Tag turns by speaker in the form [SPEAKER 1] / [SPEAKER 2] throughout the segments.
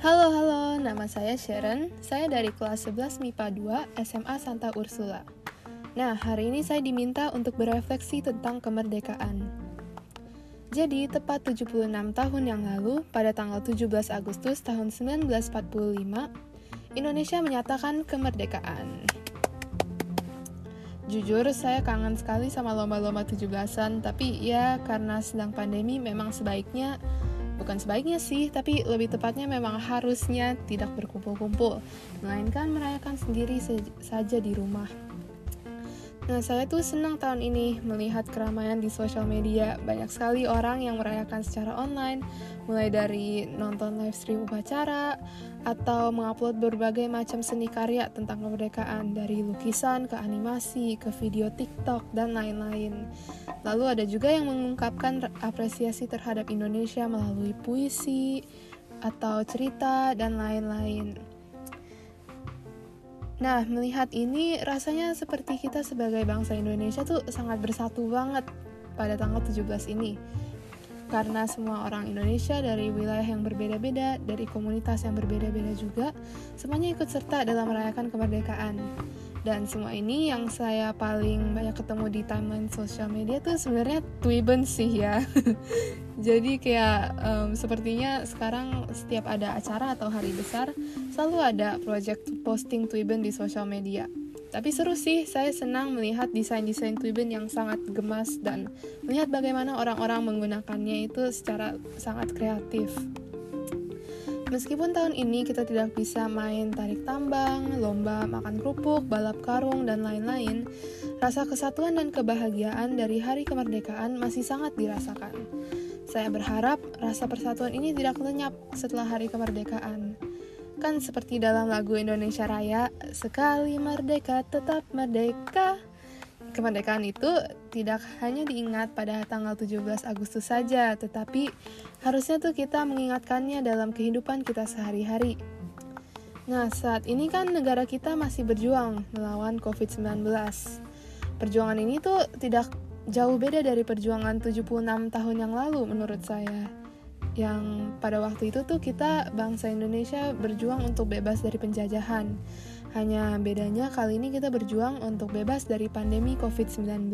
[SPEAKER 1] Halo, nama saya Sharon. Saya dari kelas 11 MIPA 2 SMA Santa Ursula. Nah, hari ini saya diminta untuk berefleksi tentang kemerdekaan. Jadi, tepat 76 tahun yang lalu, pada tanggal 17 Agustus tahun 1945, Indonesia menyatakan kemerdekaan. Jujur, saya kangen sekali sama lomba-lomba 17-an, tapi ya karena sedang pandemi memang bukan sebaiknya sih, tapi lebih tepatnya memang harusnya tidak berkumpul-kumpul, melainkan merayakan sendiri saja di rumah. Nah, saya tuh senang tahun ini melihat keramaian di sosial media. Banyak sekali orang yang merayakan secara online, mulai dari nonton live stream upacara, atau mengupload berbagai macam seni karya tentang kemerdekaan, dari lukisan ke animasi, ke video TikTok, dan lain-lain. Lalu ada juga yang mengungkapkan apresiasi terhadap Indonesia melalui puisi, atau cerita, dan lain-lain. Nah, melihat ini rasanya seperti kita sebagai bangsa Indonesia tuh sangat bersatu banget pada tanggal 17 ini. Karena semua orang Indonesia dari wilayah yang berbeda-beda, dari komunitas yang berbeda-beda juga, semuanya ikut serta dalam merayakan kemerdekaan. Dan semua ini yang saya paling banyak ketemu di timeline sosial media tuh sebenarnya Twiben sih ya. Jadi kayak sepertinya sekarang setiap ada acara atau hari besar selalu ada project posting Twiben di sosial media. Tapi seru sih, saya senang melihat desain-desain Twiben yang sangat gemas dan melihat bagaimana orang-orang menggunakannya itu secara sangat kreatif. Meskipun tahun ini kita tidak bisa main tarik tambang, lomba makan kerupuk, balap karung, dan lain-lain, rasa kesatuan dan kebahagiaan dari hari kemerdekaan masih sangat dirasakan. Saya berharap rasa persatuan ini tidak lenyap setelah hari kemerdekaan. Kan seperti dalam lagu Indonesia Raya, sekali merdeka tetap merdeka. Kemerdekaan itu tidak hanya diingat pada tanggal 17 Agustus saja, tetapi harusnya tuh kita mengingatkannya dalam kehidupan kita sehari-hari. Nah, saat ini kan negara kita masih berjuang melawan COVID-19. Perjuangan ini tuh tidak jauh beda dari perjuangan 76 tahun yang lalu menurut saya. Yang pada waktu itu tuh kita bangsa Indonesia berjuang untuk bebas dari penjajahan. Hanya bedanya kali ini kita berjuang untuk bebas dari pandemi COVID-19.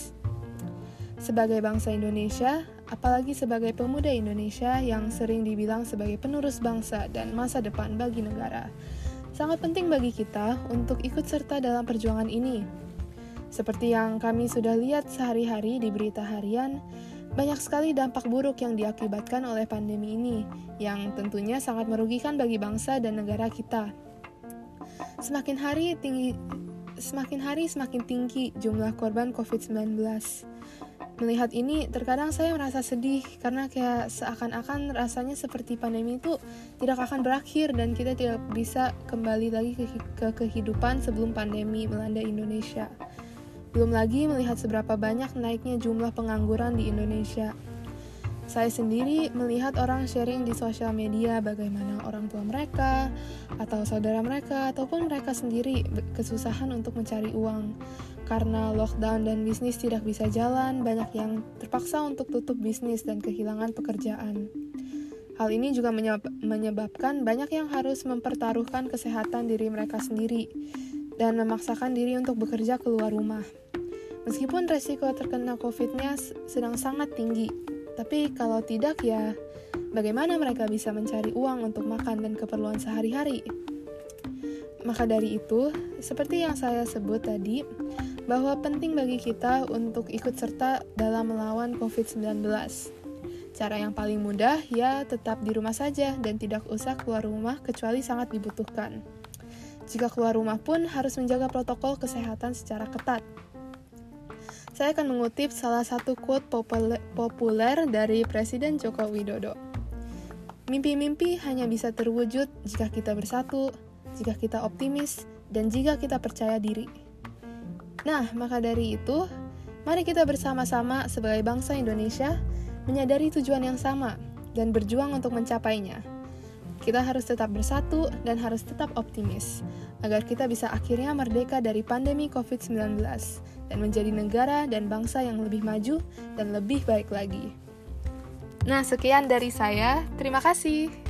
[SPEAKER 1] Sebagai bangsa Indonesia, apalagi sebagai pemuda Indonesia yang sering dibilang sebagai penerus bangsa dan masa depan bagi negara, sangat penting bagi kita untuk ikut serta dalam perjuangan ini. Seperti yang kami sudah lihat sehari-hari di berita harian, banyak sekali dampak buruk yang diakibatkan oleh pandemi ini, yang tentunya sangat merugikan bagi bangsa dan negara kita. Semakin hari semakin tinggi jumlah korban COVID-19. Melihat ini, terkadang saya merasa sedih karena kayak seakan-akan rasanya seperti pandemi itu tidak akan berakhir dan kita tidak bisa kembali lagi ke kehidupan sebelum pandemi melanda Indonesia. Belum lagi melihat seberapa banyak naiknya jumlah pengangguran di Indonesia. Saya sendiri melihat orang sharing di sosial media bagaimana orang tua mereka, atau saudara mereka, ataupun mereka sendiri kesusahan untuk mencari uang. Karena lockdown dan bisnis tidak bisa jalan, banyak yang terpaksa untuk tutup bisnis dan kehilangan pekerjaan. Hal ini juga menyebabkan banyak yang harus mempertaruhkan kesehatan diri mereka sendiri dan memaksakan diri untuk bekerja keluar rumah. Meskipun resiko terkena COVID-nya sedang sangat tinggi, tapi kalau tidak ya, bagaimana mereka bisa mencari uang untuk makan dan keperluan sehari-hari? Maka dari itu, seperti yang saya sebut tadi, bahwa penting bagi kita untuk ikut serta dalam melawan COVID-19. Cara yang paling mudah ya tetap di rumah saja dan tidak usah keluar rumah kecuali sangat dibutuhkan. Jika keluar rumah pun harus menjaga protokol kesehatan secara ketat. Saya akan mengutip salah satu quote populer dari Presiden Joko Widodo. Mimpi-mimpi hanya bisa terwujud jika kita bersatu, jika kita optimis, dan jika kita percaya diri. Nah, maka dari itu, mari kita bersama-sama sebagai bangsa Indonesia menyadari tujuan yang sama dan berjuang untuk mencapainya. Kita harus tetap bersatu dan harus tetap optimis, agar kita bisa akhirnya merdeka dari pandemi COVID-19 dan menjadi negara dan bangsa yang lebih maju dan lebih baik lagi. Nah, sekian dari saya. Terima kasih.